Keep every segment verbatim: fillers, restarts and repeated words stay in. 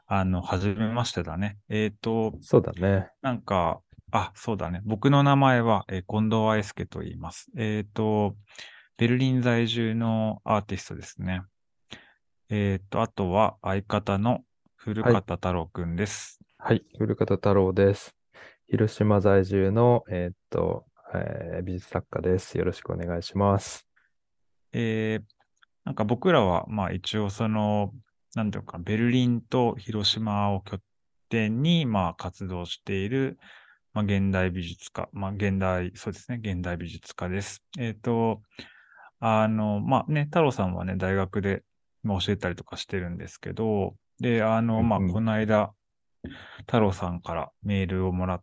あの、はじめましてだね。えっと、 そうだね。 なんか、あ、そうだね。僕の名前は、えー近藤愛介と言います。えっと、ベルリン在住のアーティストですね。えっと、あとは相方の古はい。 方太郎くんです。 はい。古方太郎です。広島在住の、えーっと、えー美術作家です。よろしくお願いします。 えー、なんか僕らは、まあ一応その、なんていうか、ベルリンと広島を拠点に、まあ活動している、まあ現代美術家、まあ現代、そうですね、現代美術家です。えっと、あの、まあね、太郎さんはね、大学で、まあ、教えたりとかしてるんですけど、で、あの、まあ、 うんうん。 この間、太郎さんからメールをもらって、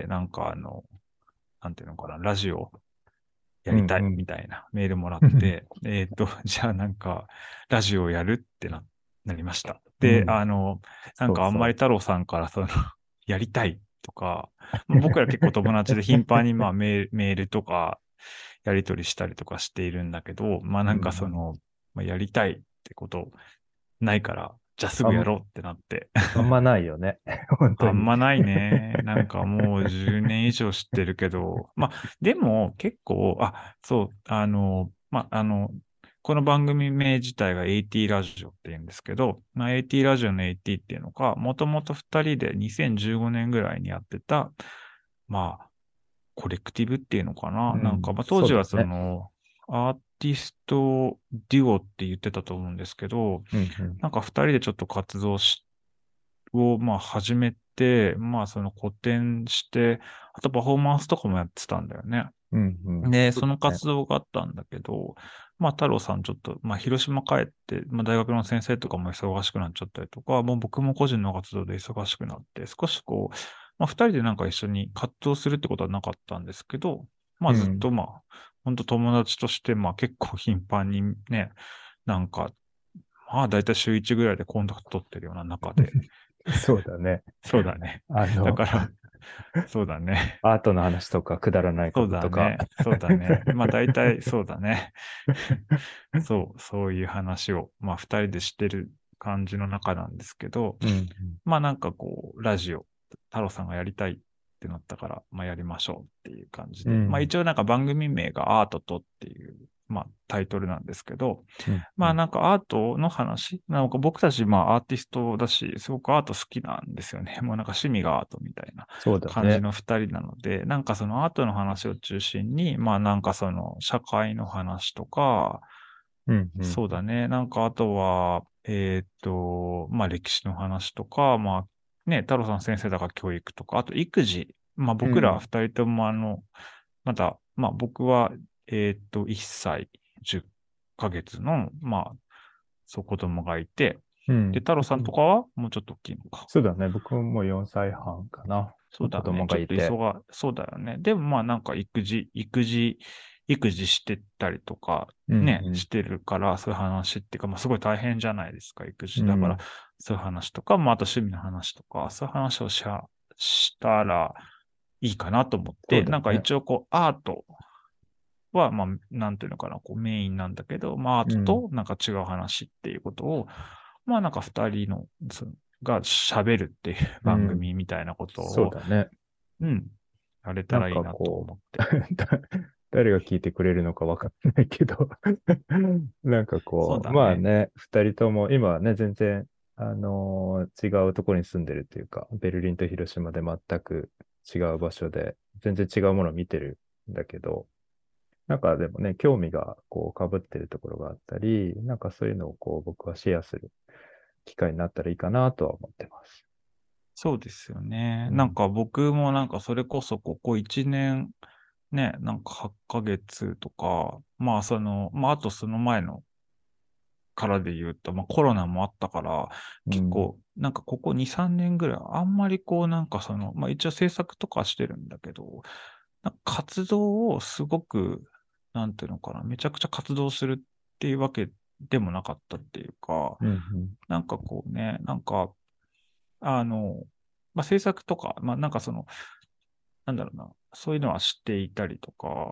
なんかあの、なんていうのかな、ラジオやうんりたいうん。 みたいなメールもらって、えっと、じゃあなんか、ラジオやるってな、なりました。で、 うん。 あの、なんかあんまりそうそ太郎さんからその、やりたいとか、まあ僕ら結構友達で頻繁にまあメール、メールとか、やり取りしたりとかしているんだけど、まあなう。うんかそん。 の、まあ、やりたいってことないから、じゃあすあん、 ぐやろうってなって。 あんまないよね。本当に。 あんまないね。なんかもうじゅうねん以上知ってるけど、まあでも結構、あ、そう、あの、まああの、この番組名自体が エーティー ラジオって言うんですけど、まあ、エーティー ラジオの エーティー っていうのが、もともとふたりでにせんじゅうごねんぐらいにやってた、まあ、コレクティブっていうのかな。なんか、 うん。 まあ、当時はそそうだね。 の、アーティストデュオって言ってたと思うんですけど、 うんうん。 なんか二人でちょっと活動し、を、まあ、始めて、まあ、その個展して、あとパフォーマンスとかもやってたんだよね。 うんうん。 で、そのそうだね。 活動があったんだけど、まあ、太郎さんちょっと、まあ、広島帰って、まあ、大学の先生とかも忙しくなっちゃったりとか、もう僕も個人の活動で忙しくなって、少しこう、まあ、二人でなんか一緒に活動するってことはなかったんですけど、まあ、ずっうん。 とまあ、本当友達として、まあ、結構頻繁にね、なんか、まあ、だいたい週一ぐらいでコンタクト取ってるような中で、 そうだね。 そうだね。 あの、 だから、そうだね。 アートの話とか、くだらないこそうととか。 だね。そうだね。まあ大体そうだね。そう、そういう話を、まあ二人でしてる感じの中なんですけど、 うん。 まあなんかこう、ラジオ、太郎さんがやりたいってなったから、まあやりましょうっていう感じで。まあうん。 一応なんか番組名がアートとっていう、まあタイトルなんですけど、 うん。うん。 まあなんかアートの話、なんか僕たちまあアーティストだし、すごくアート好きなんですよね。もうなんか趣味がアートみたいなそうだ感じね。 の二人なので、なんかそのアートの話を中心に、まあなんかその社会の話とか、 うんうん。 そうだね。なんかあとは、えーっと、まあ歴史の話とか、まあね、太郎さん先生だから教育とか、あと育児。まあ僕らうん。 二人ともあの、まだ、まあ僕は、えーっと、いっさいじゅっかげつの、まあ、そう子供がいて、で、 うん。 太郎さんとかはもうちょっと大きいのか。 そうだね。僕ももうよんさいはんかな。子そうだね。ちょっと供がいて。 忙、そうだよね。でもまあなんか育児、育児、育児してたりとかね、 うんしてるから、そういう話っていうか、まあすごい大変じゃないですか、育うん。 児だから、 うん。 そういう話とか、まああと趣味の話とか、そういう話をしゃ、したらいいかなと思って、なんかそうだね。 一応こうアートは、まあなんていうのかな、こうメインなんだけど、まあアーうん。 トとなんか違う話っていうことを、まあなんか二人の、そのが喋るっていう番うん。 組みたいなことを、 そうだね。 うん。やれたなんらいいなとかこう、 思って。 だ誰が聞いてくれるのかわかんないけどなんかこう、 そうだね。 まあね、二人とも、今はね、全然、あのー違うところに住んでるっていうか、ベルリンと広島で全く違う場所で、全然違うものを見てるんだけど、なんかでもね、興味がこう被ってるところがあったり、なんかそういうのをこう僕はシェアする機会になったらいいかなとは思ってます。 そうですよね。 うん。 なんか僕もなんかそれこそここいちねん、ね、なんかはっかげつとか、まあその、まああとその前のからで言うと、まあコロナもあったから、 うん。 結構なんかここに、さんねんぐらい、あんまりこうなんかその、まあ一応制作とかしてるんだけど、なんか活動をすごく、なんていうのかな、めちゃくちゃ活動するっていうわけでもなかったっていうか、 うん。 なんかこうね、なんか、あの、まあ、制作とか、まあ、なんかその、なんだろうな、そういうのは知っていたりとか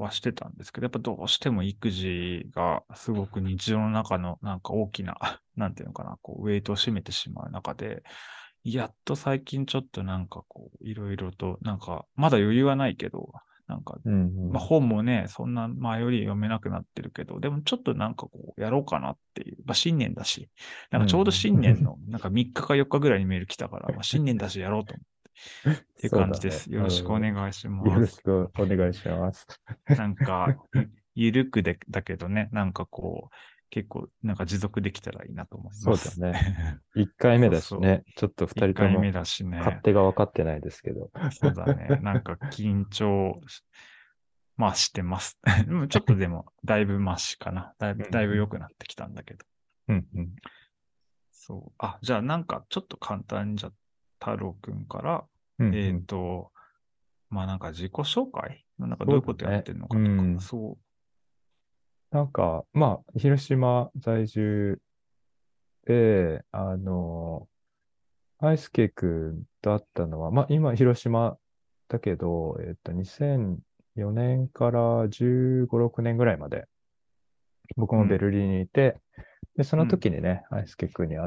はしてたんですけど、やっぱどうしても育児がすごく日常の中のなんか大きな、なんていうのかな、こう、ウェイトを占めてしまう中で、やっと最近ちょっとなんかこう、いろいろと、なんか、まだ余裕はないけど、なんか、 うん、 まあ本もね、そんな前より読めなくなってるけど、でもちょっとなんかこう、やろうかなっていう、まあ新年だし、なんうん。 かちょうど新うん。 年の、なんかみっかかよっかぐらいにメール来たから、まあ新年だしやろうと思ってっていうそうだね。 感じです。よろしくおうん。 願いしよろします。 くお願いします。 なんか、ゆゆるくで、だけどね、なんかこう、結構、なんか持続できたらいいなと思います。 そうだね。一回目そうそう。 だしね。ちょっと二一人とも回目だしね。 勝手が分かってないですけど。 そうだね。なんか緊張し、まあしてます。でもちょっとでも、だいぶマシかな。だいぶ、だいぶ良うんくなってきたんだけど。 うん。うんうん。 そう。あ、じゃあなんかちょっと簡単にじゃあ、太郎くんから、えっうんうん。 と、まあなんか自己紹介なんかどそういうことやっうだね。 てるのかとか。 うん。 そなんか、まあ、広島在住で、あの、愛介くんと会ったのは、まあ、今、広島だけど、えっと、にせんよねんからじゅうご、ろくねんぐらいまで、僕う。うん。 もベルリンにいて、で、そのうん。 時にね、愛介くんに会って、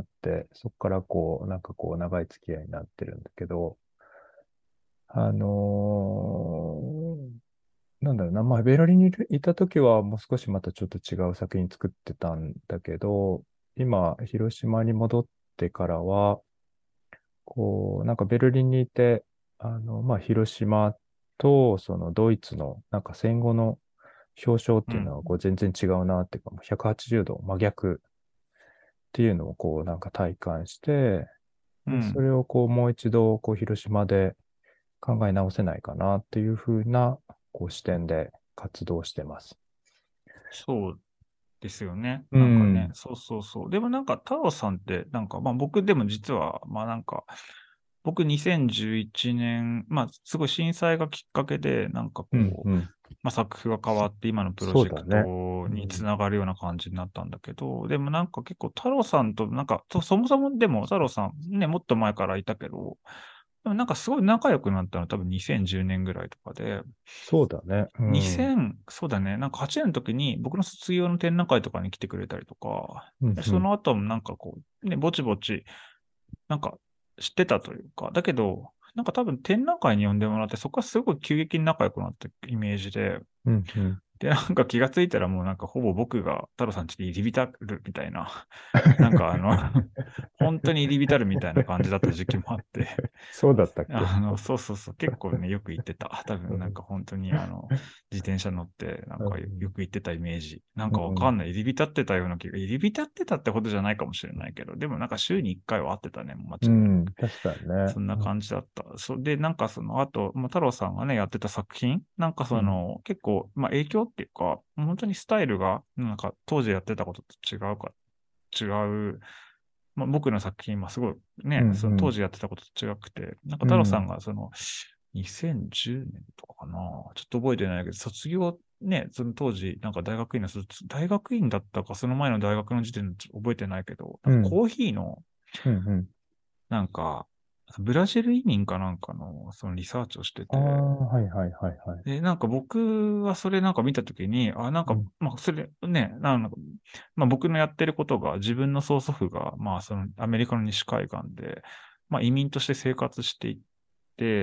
そこからこう、なんかこう、長い付き合いになってるんだけど、あのーなんだろうな、まあ、ベルリンにいた時はもう少しまたちょっと違う作品作ってたんだけど、今、広島に戻ってからは、こう、なんかベルリンにいて、あの、まあ、広島と、そのドイツの、なんか戦後の表彰っていうのは、 うん。 こう、全然違うなっていうか、もうひゃくはちじゅうど真逆っていうのを、こう、なんか体感して、で、そうん。 れをこう、もう一度、こう、広島で考え直せないかなっていう風な、こう、視点で活動してます。 そうですよね。 うなんかね、 ん。 そうそうそう。でもなんか、太郎さんって、なんか、まあ僕でも実は、まあなんか、僕にせんじゅういちねん、まあすごい震災がきっかけで、なんかうん、 こう、 うん。 まあ作風が変わって今のプロジェクそうだね。 トにつうん。 ながるような感じになったんだけど、でもなんか結構太郎さんと、なんか、そそもそもでも太郎さんね、もっと前からいたけど、でもなんかすごい仲良くなったの多分にせんじゅうねんぐらいとかで、 そうだね。うん。 にせん、そうだね。なんかはちねんの時に僕の卒業の展覧会とかに来てくれたりとか、 うん、 でうん。 その後もなんかこう、ね、ぼちぼち、なんか知ってたというか、だけど、なんか多分展覧会に呼んでもらって、そこからすごい急激に仲良くなったイメージで、 うん、うん。 で、なんか気がついたらもうなんかほぼ僕が太郎さん家に入り浸るみたいな、なんかあの本当に入り浸るみたいな感じだった時期もあってそうだったっけ？ あの、そうそうそう、結構ね、よく行ってた。多分なんうん、 か本当にあの、自転車乗って、なんかよ、ようん、 く行ってたイメージ。なんうん。 かわかんない。入り浸ってたような気が、入り浸ってたってことじゃないかもしれないけど、でもなんか週にいっかいは会ってたね、間違いなく。 うん、確かにね。 そんな感じだった。そで、なんかその後、まあ、太郎さんがね、やってた作品、なんかうん、 その、結構、まあ影響っていうか、本当にスタイルが、なんか当時やってたことと違うか、違う、まあ、僕の作品はすごいね、 うん、 そのうん、 当時やってたことと違くて、なんか太郎さんうん、 がそのにせんじゅうねんとかかな、ちょっと覚えてないけど、卒業ね、その当時、なんか大学院の卒、大学院だったか、その前の大学の時点で覚えてないけど、なんかうん、 コーヒーの、 うん。うん。 なんか、ブラジル移民かなんかの、そのリサーチをしてああ、 て、 はいはいはいはい。 で、なんか僕はそれなんか見たときに、あ、なんか、 うん、 まあ、それね、なんか、まあ僕のやってることが、自分の曽祖父が、まあそのアメリカの西海岸で、まあ移民として生活していって、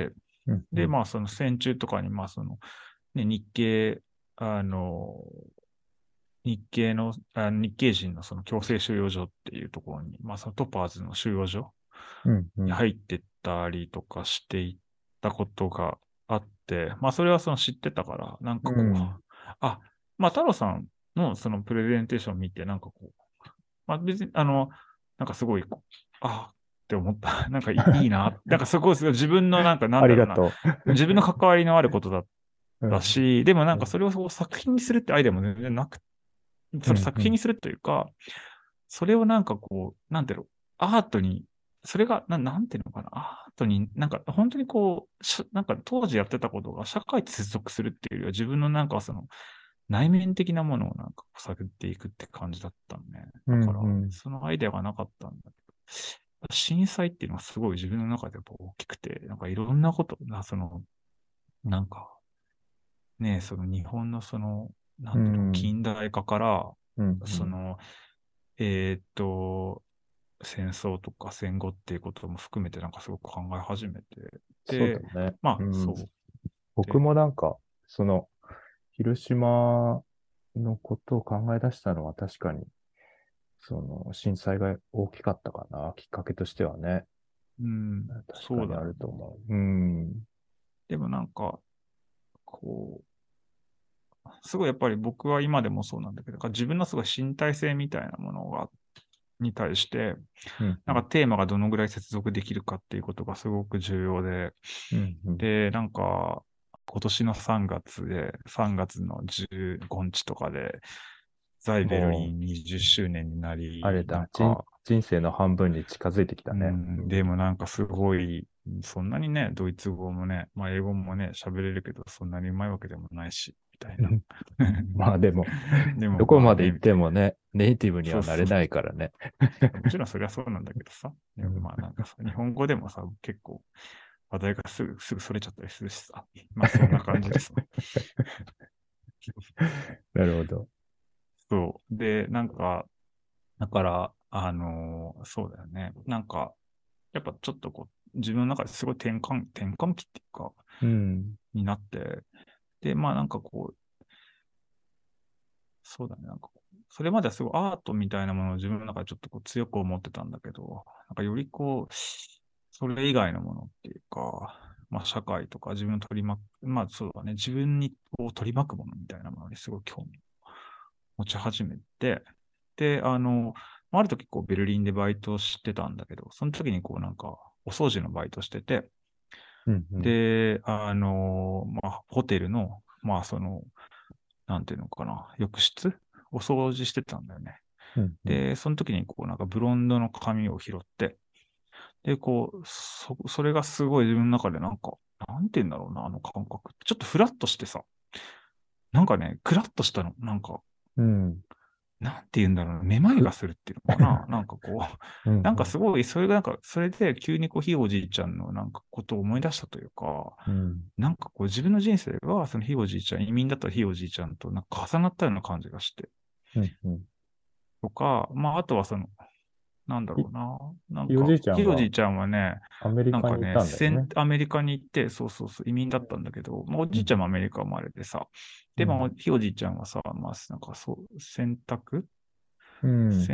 うん、うで、 ん、 まあその戦中とかに、まあその、ね、日系、あの、日系の、あ日系人のその強制収容所っていうところに、まあそのトパーズの収容所うん、うん、 に入ってったりとかしていったことがあって、まあそれはその知ってたから、なんかこう、 うん、 あ、まあ太郎さんのそのプレゼンテーションを見て、なんかこう、まあ別に、あの、なんかすごい、あって思った。なんかいいいな。なんかそこ自分のなんかなんありだろうな、 がと自分の関わりのあることだっう。うん、 たし、でもなんうん、 かそれをそう作品にするってアイデアも全然なく、それうん、うん、 作品にするというか、それをなんかこう、なんていうの、アートに、それが、ななんていうのかな、アートに、なんか本当にこう、しなんか当時やってたことが社会と接続するっていうよりは、自分のなんかその内面的なものをなんか探っていくって感じだったのね。 うん、 だから、 うん。 そのアイデアがなかったんだけど、震災っていうのはすごい自分の中でやっぱ大きくて、なんかいろんなこと、なその、なんか、 ね、その日本のその、なうんだろう、 ん。 近代化から、 うん。うん。 その、えーっと、戦争とか戦後っていうことも含めてなんかすごく考え始めて、 そうで、 だね。うまあ、そん。 う。 僕で、 もなんか、その、広島のことを考え出したのは確かに、その、震災が大きかったかな。きっかけとしてはね。 うん、 確かにあそうだよね。 ると思う。うん。 でもなんか、こう、すごいやっぱり僕は今でもそうなんだけど、自分のすごい身体性みたいなものが、に対して、 うん。うん。 なんかテーマがどのぐらい接続できるかっていうことがすごく重要で、 うん。うん。 で、なんか、今年のさんがつで、さんがつのじゅうごにちとかで、在ベルもう、 リンにじゅっしゅうねんになり、なあれだ。人、 んか、 人生の半分に近づいてきたうね。うん、でん。 もなんかすごい、そんなにね、ドイツ語もね、まあ英語もね、喋れるけど、そんなにうまいわけでもないし、みたいな。 まあでも、 でもどこまあね、 まで行っみたいな。 てもね、ネイティブにそうそう。 はなれないからね。 もちろんそれはそうなんだけどさ。でもうん。 まあなんかさ、日本語でもさ、結構話題がすぐ、すぐそれちゃったりするしさ。まあそんな感じです。 なるほど。 そう。で、なんか、だから、あのーそうだよね。なんか、やっぱちょっとこう、自分の中ですごい転換、転換期っていうか、 うん。 になって、で、まあなんかこう、そうだね。なんかこう、それまではすごいアートみたいなものを自分の中でちょっとこう強く思ってたんだけど、なんかよりこう、それ以外のものっていうか、まあ社会とか自分を取り巻く、まあそうだね、自分にを取り巻くものみたいなものにすごい興味を持ち始めて、で、あの、ある時こうベルリンでバイトしてたんだけど、その時にこうなんかお掃除のバイトしてて、 うん。うん。 で、あの、まあホテルの、まあその、なんていうのかな、浴室お掃除してたんだよね。 うん。うん。 で、その時にこうなんかブロンドの髪を拾って、で、こう、そ、それがすごい自分の中でなんか、なんて言うんだろうな、あの感覚。ちょっとフラッとしてさ、なんかね、クラッとしたの。なんか、 うん。 なんて言うんだろうな、めまいふ、 がするっていうのかな。なんかこう、 うん。 なんうん。 かすごい、それがなんか、それで急にこう、ひいおじいちゃんのなんかことを思い出したというか、 うん。 なんかこう、自分の人生が、そのひいおじいちゃん、移民だったらひいおじいちゃんとなんか重なったような感じがして、 うん。うん。 とか、まあ、あとはその、なんだひ、 ろうな。なんひいおじか、 いちゃんはひいおじいちゃんはね、 アメリカにいなんかね、先たんだよね。 アメリカに行って、そうそうそう、移民だったんだけど、まあ、おじいちゃんうん。 もアメリカ生まれてさ、で、まあ、 うん。 ひいおじいちゃんはさ、まあ、なんかそう、洗濯うん。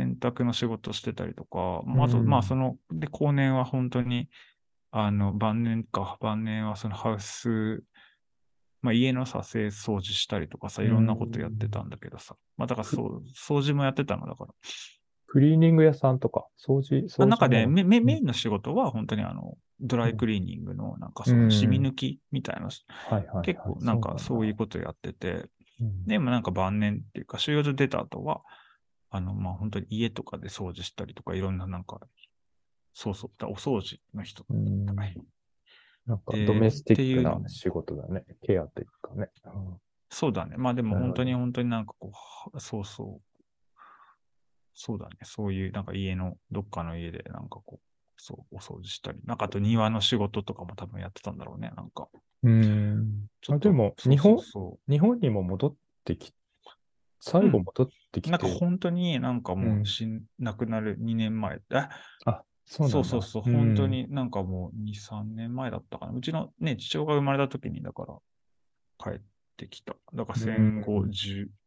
洗濯の仕事してたりとか、 うまあ、あと、まあ、 ん。 その、で、後年は本当に、あの、晩年か、晩年はそのハウス、まあ、家のさ、清掃除したりとかさ、 ういろんなことやってん。 たんだけどさ、まあ、だからク、 そう、掃除もやってたのだから。 クリーニング屋さんとか、掃除、 まあ、なんかね、 掃除も。 メメうん。 メインの仕事は本当にあの、ドライクうん。 リーニングのなんかうその染みん。 抜きみたいな、 はいはいはい。 結構なんかそうなんだ。 そういうことやってて、 うん。 でもなんか晩年っていうか、収容所出た後は、あの、まあ本当に家とかで掃除したりとか、いろんななんか、そうそう、お掃除の人うだったみたん。 い。 なんか、ドで、っメスティッていうのも、 クな仕事だね。ケアというかね。うん。 そうだね。まあでも本当になるほど。 本当になんかこう、そうそう、そうだね。そういうなんか家の、どっかの家でなんかこう、そう、お掃除したり、なんかあと庭の仕事とかも多分やってたんだろうね。なんか、 うん。あ、でちょっと、 も、 そうそう日本、 そ日本にも戻ってき、 う。うん。 最後戻ってきなんかて、 本当になんかうん。 もう死ん、亡くなるにねんまえ。え、 あ、そうなんだ。 そうそうそう。 うん。 本当になんかもうに、さんねんまえだったかな。うちのね、父親が生まれた時に、だから帰ってきた。だからう戦後ん。 じゅう、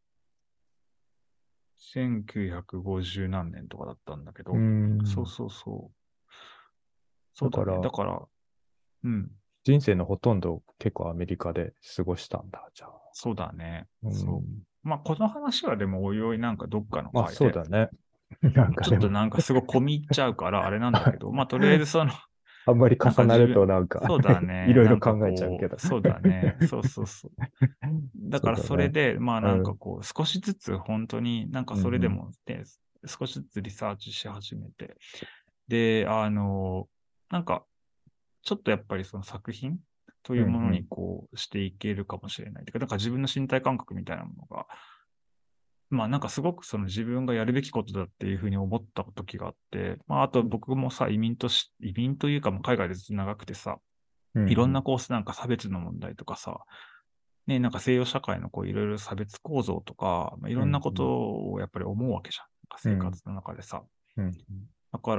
せんきゅうひゃくごじゅう何年とかだったんだけうど、そうん。 そうそう。そうだね。 だから、 だから、うん。 人生のほとんど結構アメリカで過ごしたんだ、じゃあ。 そうだね。 うそん。 う。まあ、この話はでもおいおいなんかどっかのまあ、 回で、 そうだね。なんかちょっでもとなんかすごい込み入っちゃうからあれなんだけど、まあ、とりあえずその、 あんまりなん重なるか自分、 となんかそうだいね。なんかろいろ考えちゃうけこう、 どそうだね。そうそうそう。だからそうだね。 それで、まあうん。 なんかこう、少しずつ本当になんかそれでうん。 も、ね、少しずつリサーチし始めて、で、あの、なんか、ちょっとやっぱりその作品とうん。 いうものにうん。 こうしていけるかもしれない。てか、なんか自分の身体感覚みたいなものが、まあなんかすごくその自分がやるべきことだっていうふうに思った時があって、まああと僕もさ、移民とし、移民というかもう海外でずっと長くてさ、 うん。 いろんなうん。 コースなんか差別の問題とかさ、 ね、なんか西洋社会のこういろいろ差別構造とか、まあ、いろんなこうんうんとをやっぱり思うわけじゃん。なんか生活の中でさ。 うん。 だから、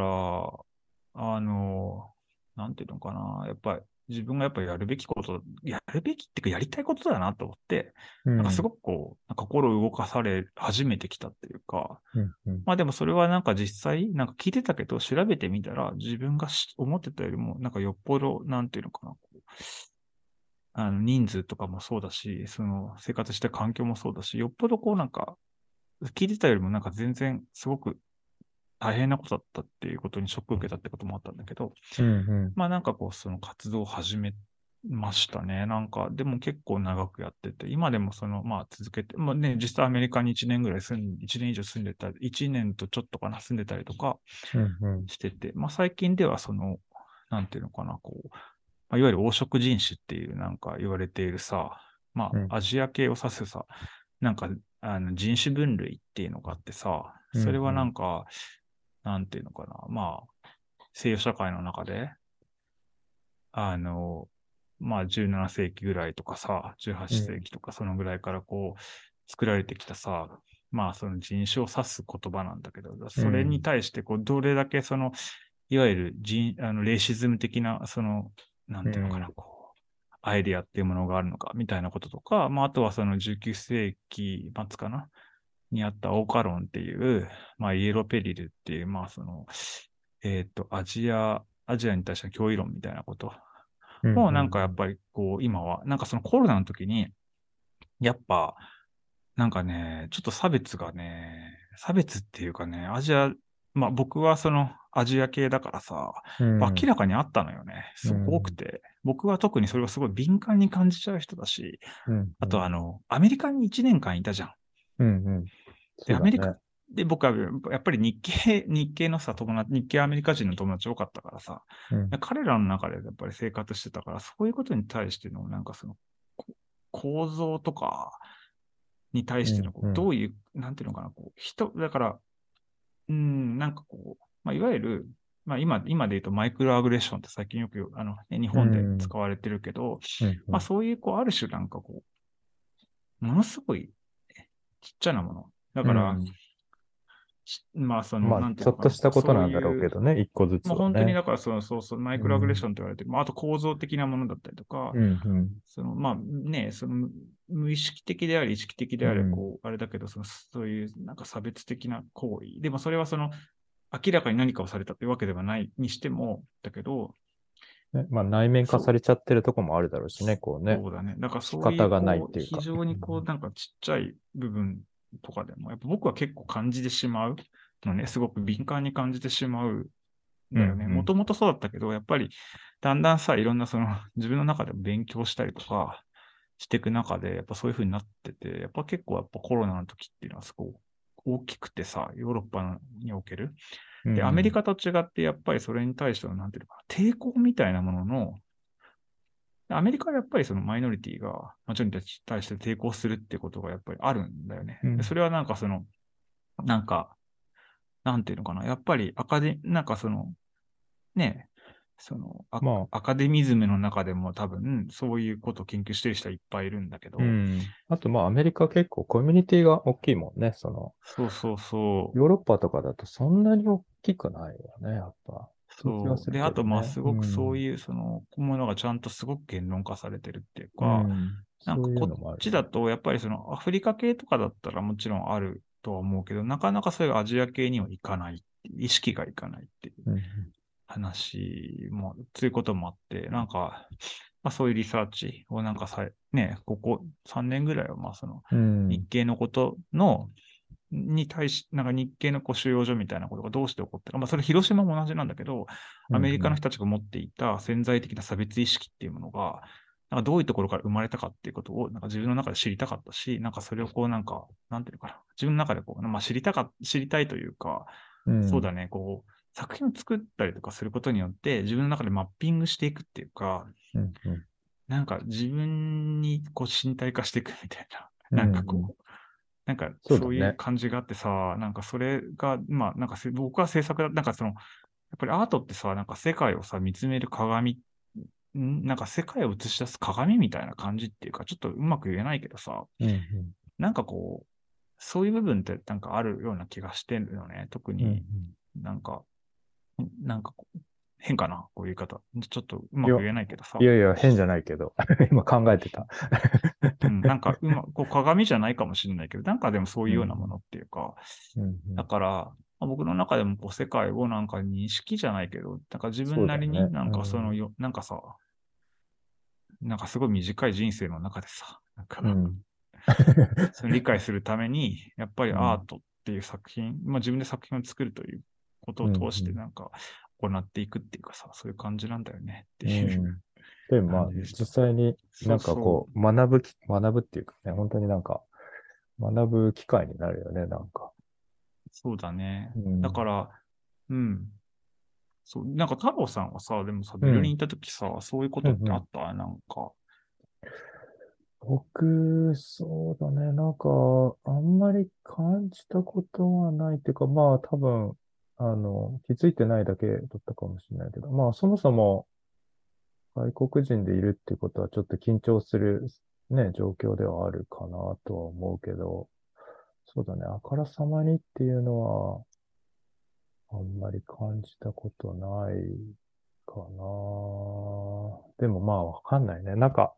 あの、なんていうのかな。やっぱり自分がやっぱりやるべきこと、やるべきっていうかやりたいことだなと思って、なんかすうんごくこう、なんか心動かされ始めてきたっていうか、 うんうんまあでもそれはなんか実際、なんか聞いてたけど、調べてみたら、自分がし思ってたよりも、なんかよっぽど、なんていうのかな、こうあの人数とかもそうだし、その生活した環境もそうだし、よっぽどこうなんか、聞いてたよりもなんか全然すごく大変なことだったっていうことにショックを受けたってこともあったんだけど、 うんうんまあなんかこうその活動を始めましたね。なんか、でも結構長くやってて、今でもその、まあ続けて、まあね、実際アメリカにいちねんぐらい住ん、いちねん以上住んでたり、いちねんとちょっとかな、住んでたりとかうんうんしてて、まあ最近ではその、なんていうのかな、こう、まあ、いわゆる黄色人種っていうなんか言われているさ、まうんあアジア系を指すさ、なんかあの人種分類っていうのがあってさ、それはなうんんか、なんていうのかな、まあ、西洋社会の中で、あの、まあじゅうなな世紀ぐらいとかさ、じゅうはち世紀とかそのぐらいからこう、作られてきたさ、まあその人種を指す言葉なんだけど、それにうん対してこう、どれだけその、いわゆる人、あの、レイシズム的な、その、なんていうのかな、 うんこう、アイデアっていうものがあるのか、みたいなこととか、まああとはそのじゅうきゅう世紀末かな、にあったオーカロンっていう、まあイエローペリルっていう、まあその、えっと、アジア、アジアに対しての脅威論みたいなことうんもうなんかやっぱりこう、今は、なんかそのコロナの時に、やっぱ、なんかね、ちょっと差別がね、差別っていうかね、アジア、まあ僕はそのアジア系だからさ、 うん明らかにあったのよね。 うすごく多くんて。僕は特にそれをすごい敏感に感じちゃう人だし、 うんあとあの、アメリカにいちねんかんいたじゃん。 うんうん。 で、アメリカそうだね。 で僕はやっぱり日系、日系のさ、友達、日系アメリカ人の友達多かったからさ、 うん彼らの中でやっぱり生活してたから、そういうことに対しての、なんかその、こ構造とかに対しての、こううんうんどういう、なんていうのかな、こう、人、だから、うん、なんかこう、まあ、いわゆる、まあ今、今で言うとマイクロアグレッションって最近よく、あの、ね、日う本でん使われてるけど、 うんうんまあそういう、こう、ある種なんかこう、ものすごいちっちゃなもの。だから、 うん。 まあその、 まあ、 なんていうのかな、 ちょっとしたこう、そうことなんだろういう、 けどね、一個ずつまあ本当にはね。 だからその、そうそう、マイクロアグレッシうんョンと言われてる、まああと構造的なものだったりとか、 うんうんその、まあね、その、無意識的であり、意識的であれ、 うんこう、あれだけど、その、そういう、なんか差別的な行為。でもそれはその、明らかに何かをされたというわけではないにしても、だけど、 ね、まあ、内面化さそう、 れちゃってるとこもあるだろうしね、こうね。 そうだね。だからそういう、 仕方がないっこう、 ていうか。 非常にこう、なんかちっちゃい部分とかでも、やっぱ僕は結構感じてしまうのね、すごく敏感に感じてしまううんだよね。もともとそうだったけど、やっぱり、だんだんさ、いろんなその、自分の中でも勉強したりとかしていく中で、やっぱそういう風になってて、やっぱ結構やっぱコロナの時っていうのはすごい大きくてさ、ヨーロッパにおける。で、アメリうんカと違って、やっぱりそれに対しての、なんていうのかな、抵抗みたいなものの、アメリカはやっぱりそのマイノリティが、マチョに対して抵抗するっていうことがやっぱりあるんだよね。 うん。 でそれはなんかその、なんか、なんていうのかな、やっぱりアカデ、なんかその、ね、そのア、 まあ、 アカデミズムの中でも多分、そういうことを研究してる人はいっぱいいるんだけど、 うん。あと、まあ、アメリカ結構コミュニティが大きいもんね。その、 そうそうそう、 ヨーロッパとかだとそんなに大きくないよね、やっぱ。っていう気はそう。 するで、あと、まあ、 けどね。 すごくそううん。 いう、その、ものがちゃんとすごく言論化されてるっていううか、 ん。 なんかこっそういうのもあるよね。 ちだと、やっぱりその、アフリカ系とかだったらもちろんあるとは思うけど、なかなかそれがアジア系にはいかないっていう、意識がいかないっていううん。 話も、そういうこともあって、なんか、まあそういうリサーチをなんかさ、ね、ここさんねんぐらいは、まあその、 うん。 日系のことの、に対し、なんか日系のこう収容所みたいなことがどうして起こったか。まあ、それ広島も同じなんだけど、 うん。 アメリカの人たちが持っていた潜在的な差別意識っていうものが、なんかどういうところから生まれたかっていうことを、なんか自分の中で知りたかったし、なんかそれをこうなんか、なんていうのかな。自分の中でこう、まあ、知りたか、知りたいというか、 うん。 そうだね、こう、作品を作ったりとかすることによって、自分の中でマッピングしていくっていうか、 うん。うん。 なんか自分にこう身体化していくみたいな、 うん。 なんかうん。 こう、なんかそういうそうだね。 感じがあってさ、なんかそれが、まあなんかせ僕は制作だ、なんかその、やっぱりアートってさ、なんか世界をさ、見つめる鏡んなんか世界を映し出す鏡みたいな感じっていうか、ちょっとうまく言えないけどさ、 うん、 なんかこう、そういう部分ってなんかあるような気がしてるよね。特うん、うん。 になんか、なんかこう変かな、こういう言い方。ちょっとうまいや、 く言えないけどさ。 いやいや、変じゃないけど、今考えてた。 うん、なんかうま、こう鏡じゃないかもしれないけど、なんかでもそういうようなものうん、 っていうか、 うん、うん。 だから、まあ僕の中でもこう世界をなんか認識じゃないけど、なんか自分なりにそうだね。 なんかそのうん、 よ、なんかさ、なんかすごい短い人生の中でさ、なんか、 うん、 その理解するために、やっぱりうん、 アートっていう作品、まあ自分で作品を作るということうん、 を通してうん。 なんか行っていくっていうかさ、そういう感じなんだよねってういうん。でもまあ、 感じでした。 実際にそうなんかそう。 こう、学ぶき、学ぶっていうかね、本当になんか、学ぶ機会になるよね、なんか。 そうだね。 うん。 だから、うん。そう、なんか太郎さんはさ、でもさ、 うん。 ベルリン行った時さ、そういうことってうんうん。 あったなんか。 僕、そうだね。なんか、あんまり感じたことはないっていうか、まあ多分、あの、気づいてないだけだったかもしれないけど、まあそもそも外国人でいるってことはちょっと緊張するね、状況ではあるかなとは思うけど、そうだね。あからさまにっていうのは、あんまり感じたことないかな。でもまあわかんないね。なんか、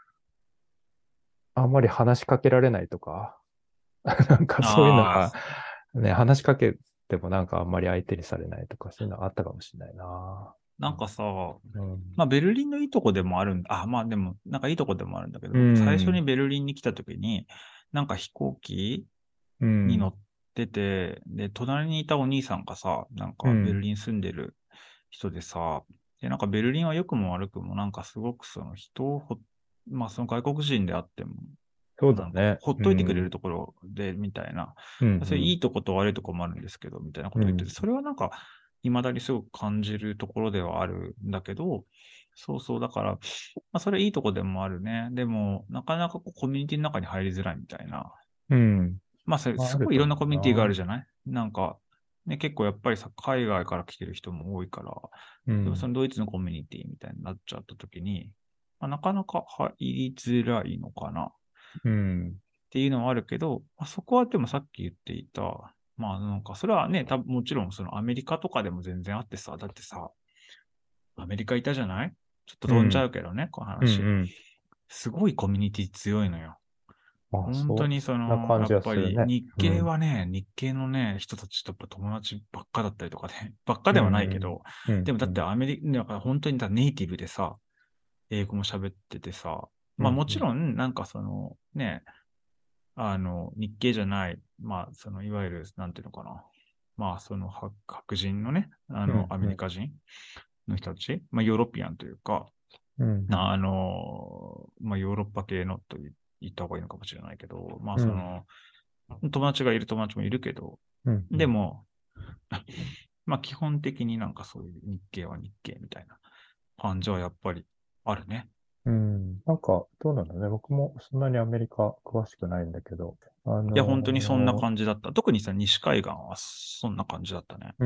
あんまり話しかけられないとか、なんかそういうのが、 ああ、 ね、話しかけてもなんかあんまり相手にされないとか、そういうのあったかもしれないな。 なんかさ、 うん。 まあベルリンのいいとこでもあるんだ。あ、まあでも、なんかいいとこでもあるんだけど、 う僕最初にん。 ベルリンに来た時に、なんか飛行機うん。 に乗ってて、で、隣にいたお兄さんがさ、なんかベルうん。 リン住んでる人でさ、で、なんかベルリンは良くも悪くも、なんかすごくその人をほ、まあその外国人であっても、なんかそうだね。 ほっといてくれるうん。 ところで、みたいな。 うん。 それいうん。 いとこと悪いとこもあるんですけど、みたいなことを言ってて、 うん。 それはなんか、未だにすごく感じるところではあるんだけど、そうそう、だから、まあそれいいとこでもあるね。でも、なかなかこうコミュニティの中に入りづらいみたいな。 うん。 まあ、それ、 まあ、 すごいいろんなあると思コミュニティがあるうな。 じゃないなんか、ね、結構やっぱりさ、海外から来てる人も多いから、でもそうん。 のドイツのコミュニティみたいになっちゃった時に、まあ、なかなか入りづらいのかなっうん。 ていうのはあるけど、まあ、そこはでもさっき言っていた、まあなんかそれはね、多分もちろんそのアメリカとかでも全然あってさ、だってさ、アメリカいたじゃないちょっと飛んじゃうん。 うけどね、このうん。 話。 うん。 すごいコミュニティ強いのよ。 まあ、そう、 本当にその、 そんな感じやっぱはするね。 り日うん。 系はね、日系のね、人たちとやっぱ友達ばっかだったりとかね、ばっかうではないけん。 ど、 うん。 でもだってうん。 アメリカ、だから本当にだネイティブでさ、英語も喋っててさ、 うん。 まあもちろん、なんかそのね、あの、日系じゃない、まあそのいわゆる、なんていうのかな、まあその白白人のね、あの、 うん。 アメうん。 リカ人の人たち、まあヨーロピアンというか、 うん。 あの、まあヨーロッパ系のと言った方がいいのかもしれないけど、まあうん。 その、友達がいる友達もいるけど、 うん。うん。 でも、まあ基本的になんかそういう日系は日系みたいな感じはやっぱりあるね。 うん。なんか、どうなんだろうね。僕もそんなにアメリカ詳しくないんだけど、あいや、本当にそんなの感じだった。特にさ、西海岸はそんな感じだったね。 ーうん。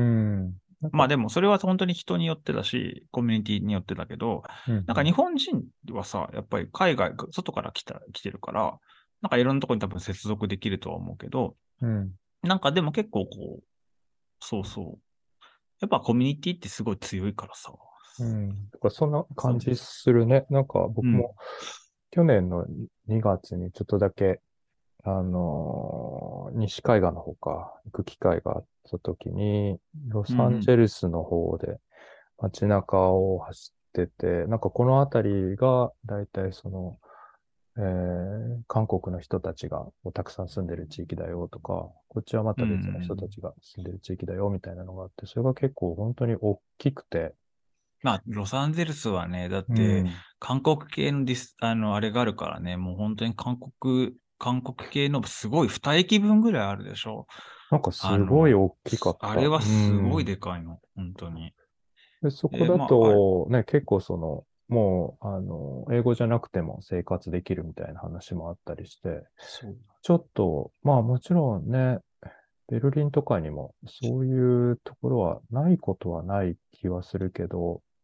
なんか、 まあでも、それは本当に人によってだし、コミュニティによってだけど、 うん。 なんか日本人はさ、やっぱり海外、外から来た、来てるから、なんかいろんなところに多分接続できるとは思うけど、 うん。 なんかでも結構こう、そうそう。やっぱコミュニティってすごい強いからさ。 うん。とか、そんなそう。 感じするね。なんか、 うん。 僕も去年のにがつにちょっとだけ、あのー西海岸の方か、行く機会があった時に、ロうんうん。 サンゼルスの方で街中を走ってて、なんかこの辺りが、だいたいその、えー韓国の人たちがたくさん住んでる地域だよとか、こっちはまうんうた別の人たん。 ちが住んでる地域だよみたいなのがあって、それが結構本当に大きくて、 まあ、ロサンゼルスはね、だって、 うん。 韓国系のディス、あの、あれがあるからね、もう本当に韓国、韓国系のすごいに駅分ぐらいあるでしょ。 なんかすごいあの、 大きかった。 あれはうすごいん。 でかいの、本当に。 で、そこで、 だまあ、あれ、 とね、結構その、もう、あの、英語じゃなくても生活できるみたいな話もあったりして、 そう。 ちょっと、まあもちろんね、ベルリンとかにもそういうところはないことはない気はするけど、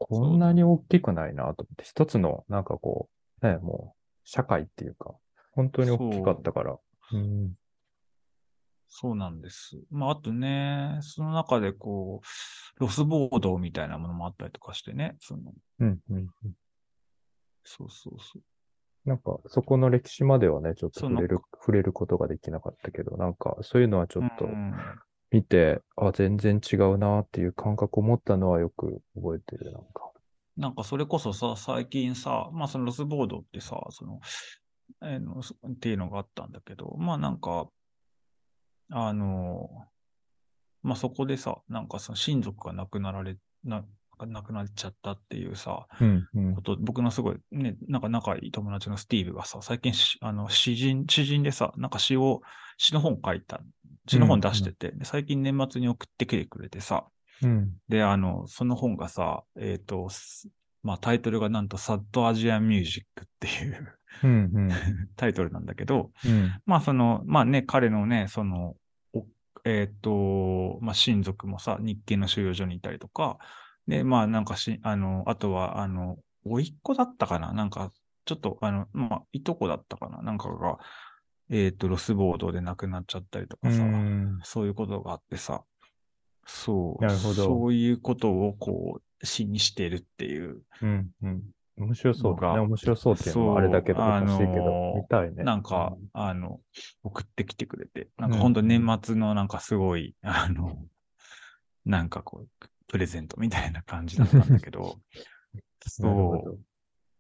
こんそうだね。 なに大きくないなと思って、一つの、なんかこう、ね、もう、社会っていうか、本当に大きかっそう、 たから。うん。 そうなんです。まあ、あとね、その中でこう、ロスボードみたいなものもあったりとかしてね、その、 うん、うん。うん。 そうそうそう。 なんか、そこの歴史まではね、ちょっとその、 触れる、触れることができなかったけど、なんか、そういうのはちょうっとん、 見て、あ、全然違うなっていう感覚を持ったのはよく覚えてる、なんか。 なんかそれこそさ、最近さ、まあそのロスボードってさ、その、えーの、そっていうのがあったんだけど、まあなんか、あの、まあそこでさ、なんかその親族が亡くなられ、な、亡くなっちゃったっていうさ、 うん、うん。 こと、僕のすごいね、なんか仲いい友達のスティーブがさ、最近し、あの、詩人、詩人でさ、なんか詩を、詩の本書いた、詩の本うん、うん。 出してて、で最近年末に送ってきてくれてさ、 うん、 で、あの、その本がさ、えっと、すまあタイトルがなんとサッドアジアンミュージックっていううん、うん。 タイトルなんだけど、 うん、 まあその、まあね、彼のね、その、おえっと、まあ親族もさ、日系の収容所にいたりとか、で、まあなんかし、あの、あとは、あの、甥っ子だったかななんか、ちょっと、あの、まあ、いとこだったかななんかが、えっと、ロスボードで亡くなっちゃったりとうかさ、 ん。 そういうことがあってさ、そう、 なるほど。 そういうことをこう、詩にしてるっていううん、うん。面白そうだね。 のが、 面白そうっていうのもあれだそう、 けど、おあかしいけど、見のたいね。 なんか、 うん。 あの、送ってきてくれて、なんうん、 か本当うん。 年末のなんかすごい、あの、なんかこう、プレゼントみたいな感じだったんだけど、 なるほど。 そう、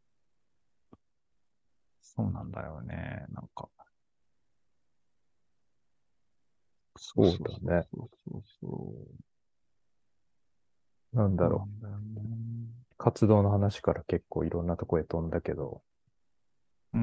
そうなんだよね。なんか、そうそうそうそうだね。 そうそうそなんう。そうだろう。 なんだよね。 活動の話から結構いろんなとこへ飛んだけど。 うん、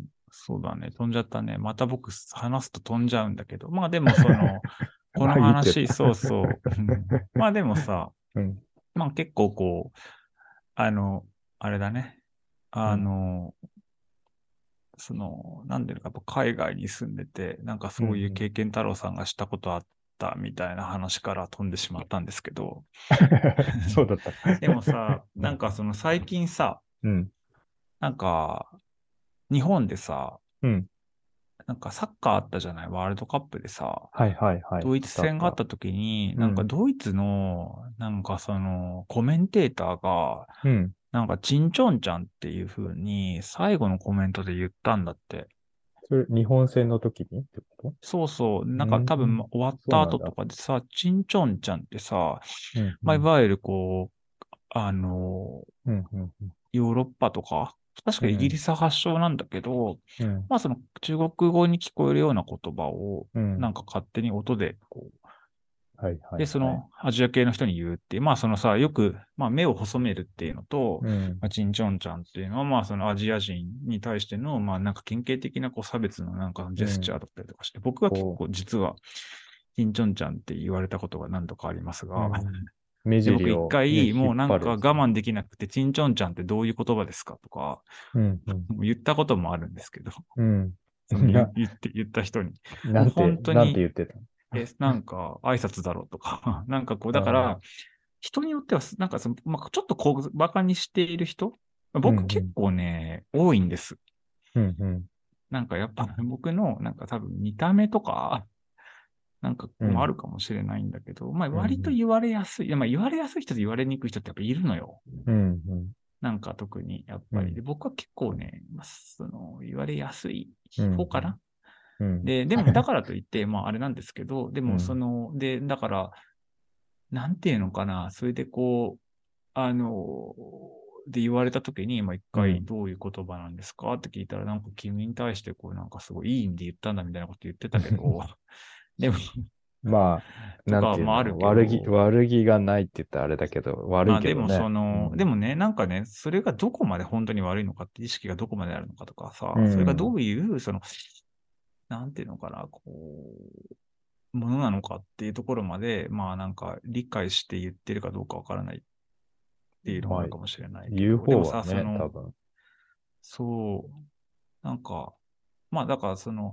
そうだね。飛んじゃったね。また僕話すと飛んじゃうんだけど。まあでもその、このまあいいけど。 話、そうそう。うんまあでもさ、 うん。 まあ結構こう、あの、あれだね。あうん。 の、その、なんでいうのか、やっぱ海外に住んでて、なんかうん。 そういううん。 経験太郎さんがしたことあったみたいな話から飛んでしまったんですけど、 そうだった。 でもさ、なんかその最近さ、 うん。 なんか日本でさ、 うん。 なんかサッカーあったじゃない、ワールドカップでさ、 はいはいはい。 ドイツあったあった。 戦があった時に、なんかうん。 ドイツの、なんかそのコメンテーターが、 うん。 なんかチンチョンちゃんっていう風に最後のコメントで言ったんだって。 それ、日本戦の時にってこそうそう。 と？うなんか多分ん。 終わった後とそうなんだ。 かでさ、チンチョンちゃんってさ、まあ、いうんうん。 わゆるこう、あの、 うんうんうん。 ヨーロッパとか、確かイギリうん。 ス発祥なんだけど、 うん。 まあその中国語に聞こえるような言葉を、 うん。 なんか勝手に音でこう、 はいはで、そいはい。 のアジア系の人に言うっていう、まあそのさ、よく、まあ目を細めるっていうのと、 うん。 まあ、チンチョンちゃんっていうのは、まあそのアジア人に対しての、まあなんか典型的なこう差別のなんかジェスチうん。 ャーだったりとかして、僕は結こ構実は、チンチョンちゃんって言われたことが何度かありますう、うが、 ん。目で、僕一尻をね、 回、 引っもうなんか我張るやつね。 慢できなくて、チンチョンちゃんってどういう言葉ですかとか、 うんうん。 言ったこともあるんですけど、 うん。 その言な、 言って、言った人に、もうなんて、なんて本当に、 言ってたの？ え、なんか挨拶だろうとか、なんかこう、 ああ、 だから、人によっては、なんかその、まあ、ちょっとこう、バカにしている人、 うんう僕結ん。 構ね、多いんです。 うんうん。 なんかやっぱ僕の、なんか多分見た目とか、なんかうん。 もあるかもしれないんだけど、まあ割とうん言われやすい。いやまあ言われやすい人と言われにくい人ってやっぱいるのよ。 うん。うん。 なんか特に、やっぱり。 うん。 で、僕は結構ね、まあ、その、言われやすいうん。 方かな。 うん。 で、でも、だからといって、まあ、あれなんですけど、でも、そうん。 の、で、だから、なんていうのかな、それでこう、あの、で言われたときに、まあ、一回うん。 どういう言葉なんですかって聞いたら、なんか君に対して、こう、なんかすごいいい意味で言ったんだみたいなこと言ってたけど、でも、 まあ、 とか、 なんていうまあ、あるの、 け悪気、 ど、 悪気がないって言ったらあれだけど、悪いまあでもけどね。 その、でうん。 もね、なんかね、それがどこまで本当に悪いのかって意識がどこまであるのかとかうさ、それがどん。 ういう、その、なんていうのかな、こう、ものなのかっていうところまで、まあなんか理解して言ってるかどうかわからないっていうのもあまあ、 るかもしれないけ言うど、でもさ、そ方はね、多の、 分。 そう、なんか、まあだからその、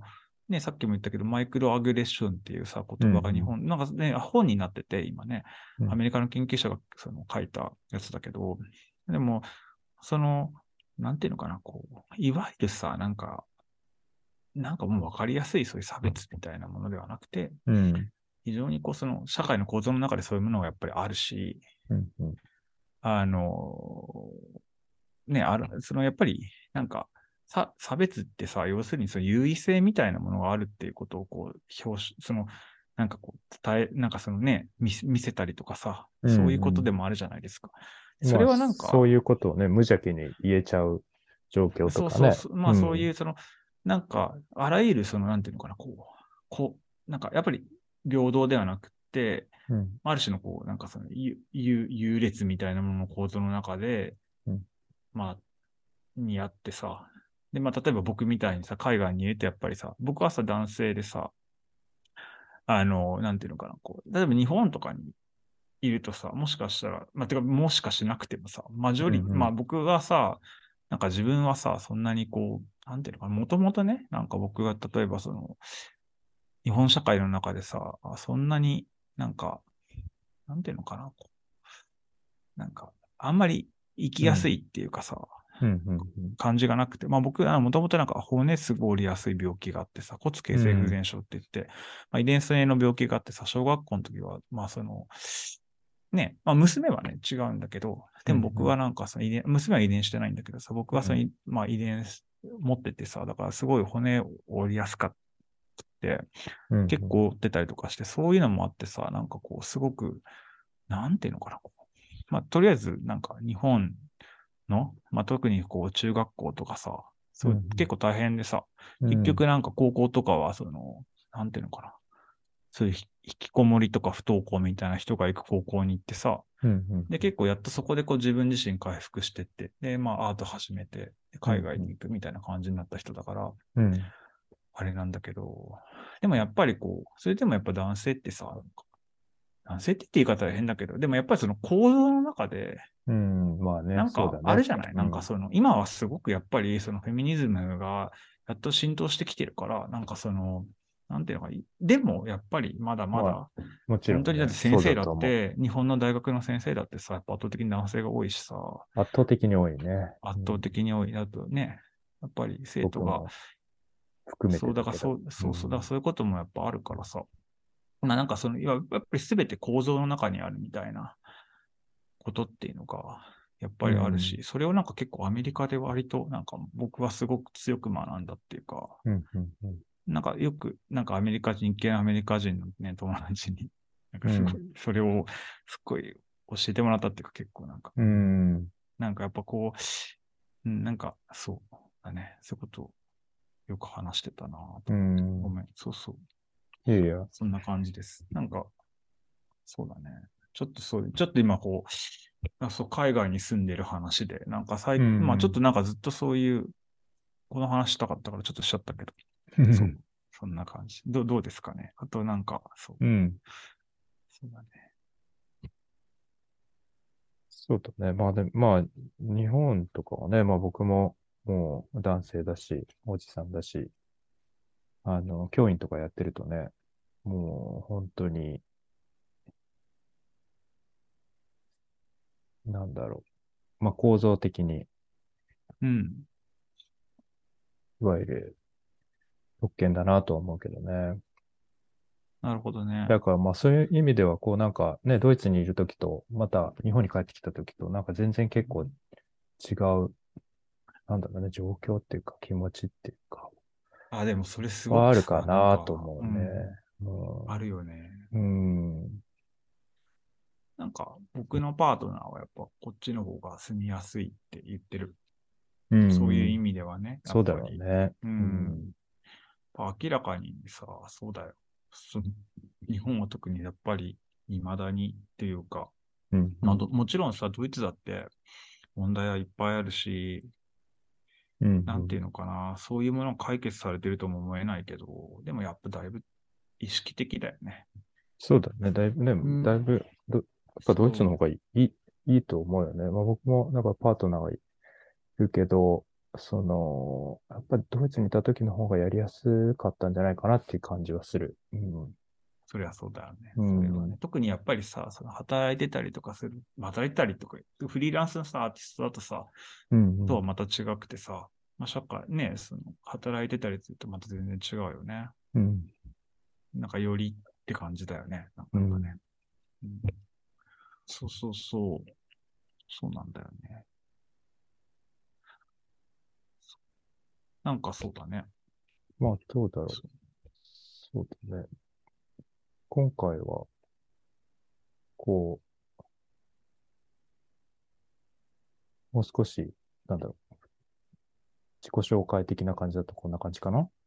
ね、さっきも言ったけど、マイクロアグレッションっていうさ、 うん言葉が日本、なんかね、本になってて、今ね、 うん。 アメリカの研究者がその書いたやつだけど、でも、その、なんていうのかな、こう、いわゆるさ、なんか、なんかもう分かりやすいそういう差別みたいなものではなくて、 うん。 非常にこう、その、社会の構造の中でそういうものがやっぱりあるし、 うん。うん。 あの、ね、ある、そのやっぱり、なんか、さ、差別ってさ、要するにその優位性みたいなものがあるっていうことをこう、表し、その、なんかこう、伝え、なんかそのね、見せ見せたりとかさ、 うそういうことん。 でもあるじゃないですか。そまあ、 れはなんか、 そういうことをね、無邪気に言えちゃう状況とかね。 そうそうそう、まあそういうん。 う、その、なんか、あらゆる、その、なんていうのかな、こう、こう、なんか、やっぱり平等ではなくて、 うん。 ある種のこう、なんかその、優、優優劣みたいなものの構造の中で、 うん。 まあ、にあってさ、で、まあ、例えば僕みたいにさ、海外にいるとやっぱりさ、僕はさ、男性でさ、あの、なんていうのかな、こう、例えば日本とかにいるとさ、もしかしたら、まあ、てか、もしかしなくてもさ、マジョリ、 うん。うん。 まあ僕がさ、なんか自分はさ、そんなにこう、なんていうのかな、もともとね、なんか僕が例えばその、日本社会の中でさ、あそんなになんか、なんていうのかな、こうなんか、あんまり生きうん。 やすいっていうかさ、 うん。うん。 感じがなくて、まあ僕はもともとなんか骨すごい折りやすい病気があってさ、骨形成不うん。 全症って言って、まあ、遺伝性の病気があってさ、小学校の時は、まあその、ね、まあ娘はね、違うんだけど、でも僕はうん。 なんかその遺伝、娘は遺伝してないんだけどさ、僕はその、 うん。 まあ遺伝持っててさ、だからすごい骨折りやすかって、 うん。 結構折ってたりとかして、そういうのもあってさ、なんかこう、すごく、なんていうのかな、こうまあとりあえずなんか日本の、まあ、特にこう中学校とかさ、そう、 うん。 結構大変でさ、 うん。 結局なんか高校とかは、その、なんていうのかな、そういうひ引きこもりとか不登校みたいな人が行く高校に行ってさ、 うん。 で、結構やっとそこでこう自分自身回復してって、で、まあアート始めて、でうん。 海外に行くみたいな感じになった人だから、 うん。 あれなんだけど、でもやっぱりこう、それでもやっぱ男性ってさ、なんか男性って言って言い方は変だけど、でもやっぱりその構造の中で、 うん。まあね、 なんか、 そうだね。 あるじゃないうん。 なんかその、今はすごくやっぱりそのフェミニズムがやっと浸透してきてるから、なんかその、なんていうのか、でもやっぱりまだままあ、 だ、 もちろんね、 本当にだって先そう生だと思だって、日本の大学の先生だってさ、やっぱ圧倒的に男性が多いしさ、 う。圧倒的に多いね。 圧倒うん。 的に多い。だとね、やっぱり生徒が、 僕も含めそう、だてだけど。 からそう、そうそう、だからうん。 そういうこともやっぱあるからさ、まあなんかその、いややっぱり全て構造の中にあるみたいなことっていうのが、やっぱりあるうん。 し、それをなんか結構アメリカで割となんか僕はすごく強く学んだっていうか、 うん。うん。うん。 なんかよく、なんかアメリカ人、系アメリカ人のね、友達に、なんかすごい、 うん。 それをすっごい教えてもらったっていうか結構なんか、 うん。 なんかやっぱこう、うんなんかそうだね、そういうことをよく話してたなうと思って。ごん。 めん、そうそう、 いやいや。 そんな感じです。なんか、そうだね。ちょっとそう、ちょっと今こう、あそう、海外に住んでる話で、なんかう最、まあちょっん。 となんかずっとそういう、この話したかったからちょっとしちゃったけど、そう、そんな感じ。どう、どうですかね。あとなんか、そう、 うん。 そうだね。 そうだね。まあでも、まあ、日本とかはね、まあ僕ももう男性だし、おじさんだし、あの、教員とかやってるとね、もう本当に、なんだろう。まあ構造的に、 うん。 いわゆる特権だなとは思うけどね。 なるほどね。 だからまあそういう意味では、こうなんかね、ドイツにいるときと、また日本に帰ってきたときと、なんか全然結構違う、なんだろうね、状況っていうか気持ちっていうか、 あ、でもそれすごはあるかくさ、なんなとか、 思うね。 うん、あるよね。 うん。うん。 なんか、僕のパートナーはやっぱこっちの方が住みやすいって言ってる。 うそういうん。 意味ではね、やそうだっぱり。 ろうね。 ううん。 ん。明らかにさ、そうだよ。そ日本は特にやっぱり未だにっていうか、 うん。うまあ、 ん。 どもちろんさ、ドイツだって問題はいっぱいあるし、 うん。うん。 なんていうのかな、そういうものが解決されてるとも思えないけど、でもやっぱだいぶ意識的だよね。 そうだね。だいぶね、 うん。 だいぶど、やっぱドイツのそ方がいい、いい、いいと思うよね。まあ僕もなんかパートナーがいるけど、 その、やっぱりドイツにいた時の方がやりやすかったんじゃないかなっていう感じはする。うん。 そりゃそうだよね。 うそれはね。 ん。 特にやっぱりさ、その働いてたりとかする、働いてたりとか、フリーランスのさ、アーティストだとさ、 うん。うん。 とはまた違くてさ、まあ、社会ね、その、働いてたりするとまた全然違うよね。 うん。 なんかよりって感じだよね。なかなかね。 うん。 うん、そうそうそう。そうなんだよね。なんかそうだね。 まあ、どうだろう。 そそうだね。今回は、こう、もう少し、なんだろう。自己紹介的な感じだとこんな感じかな。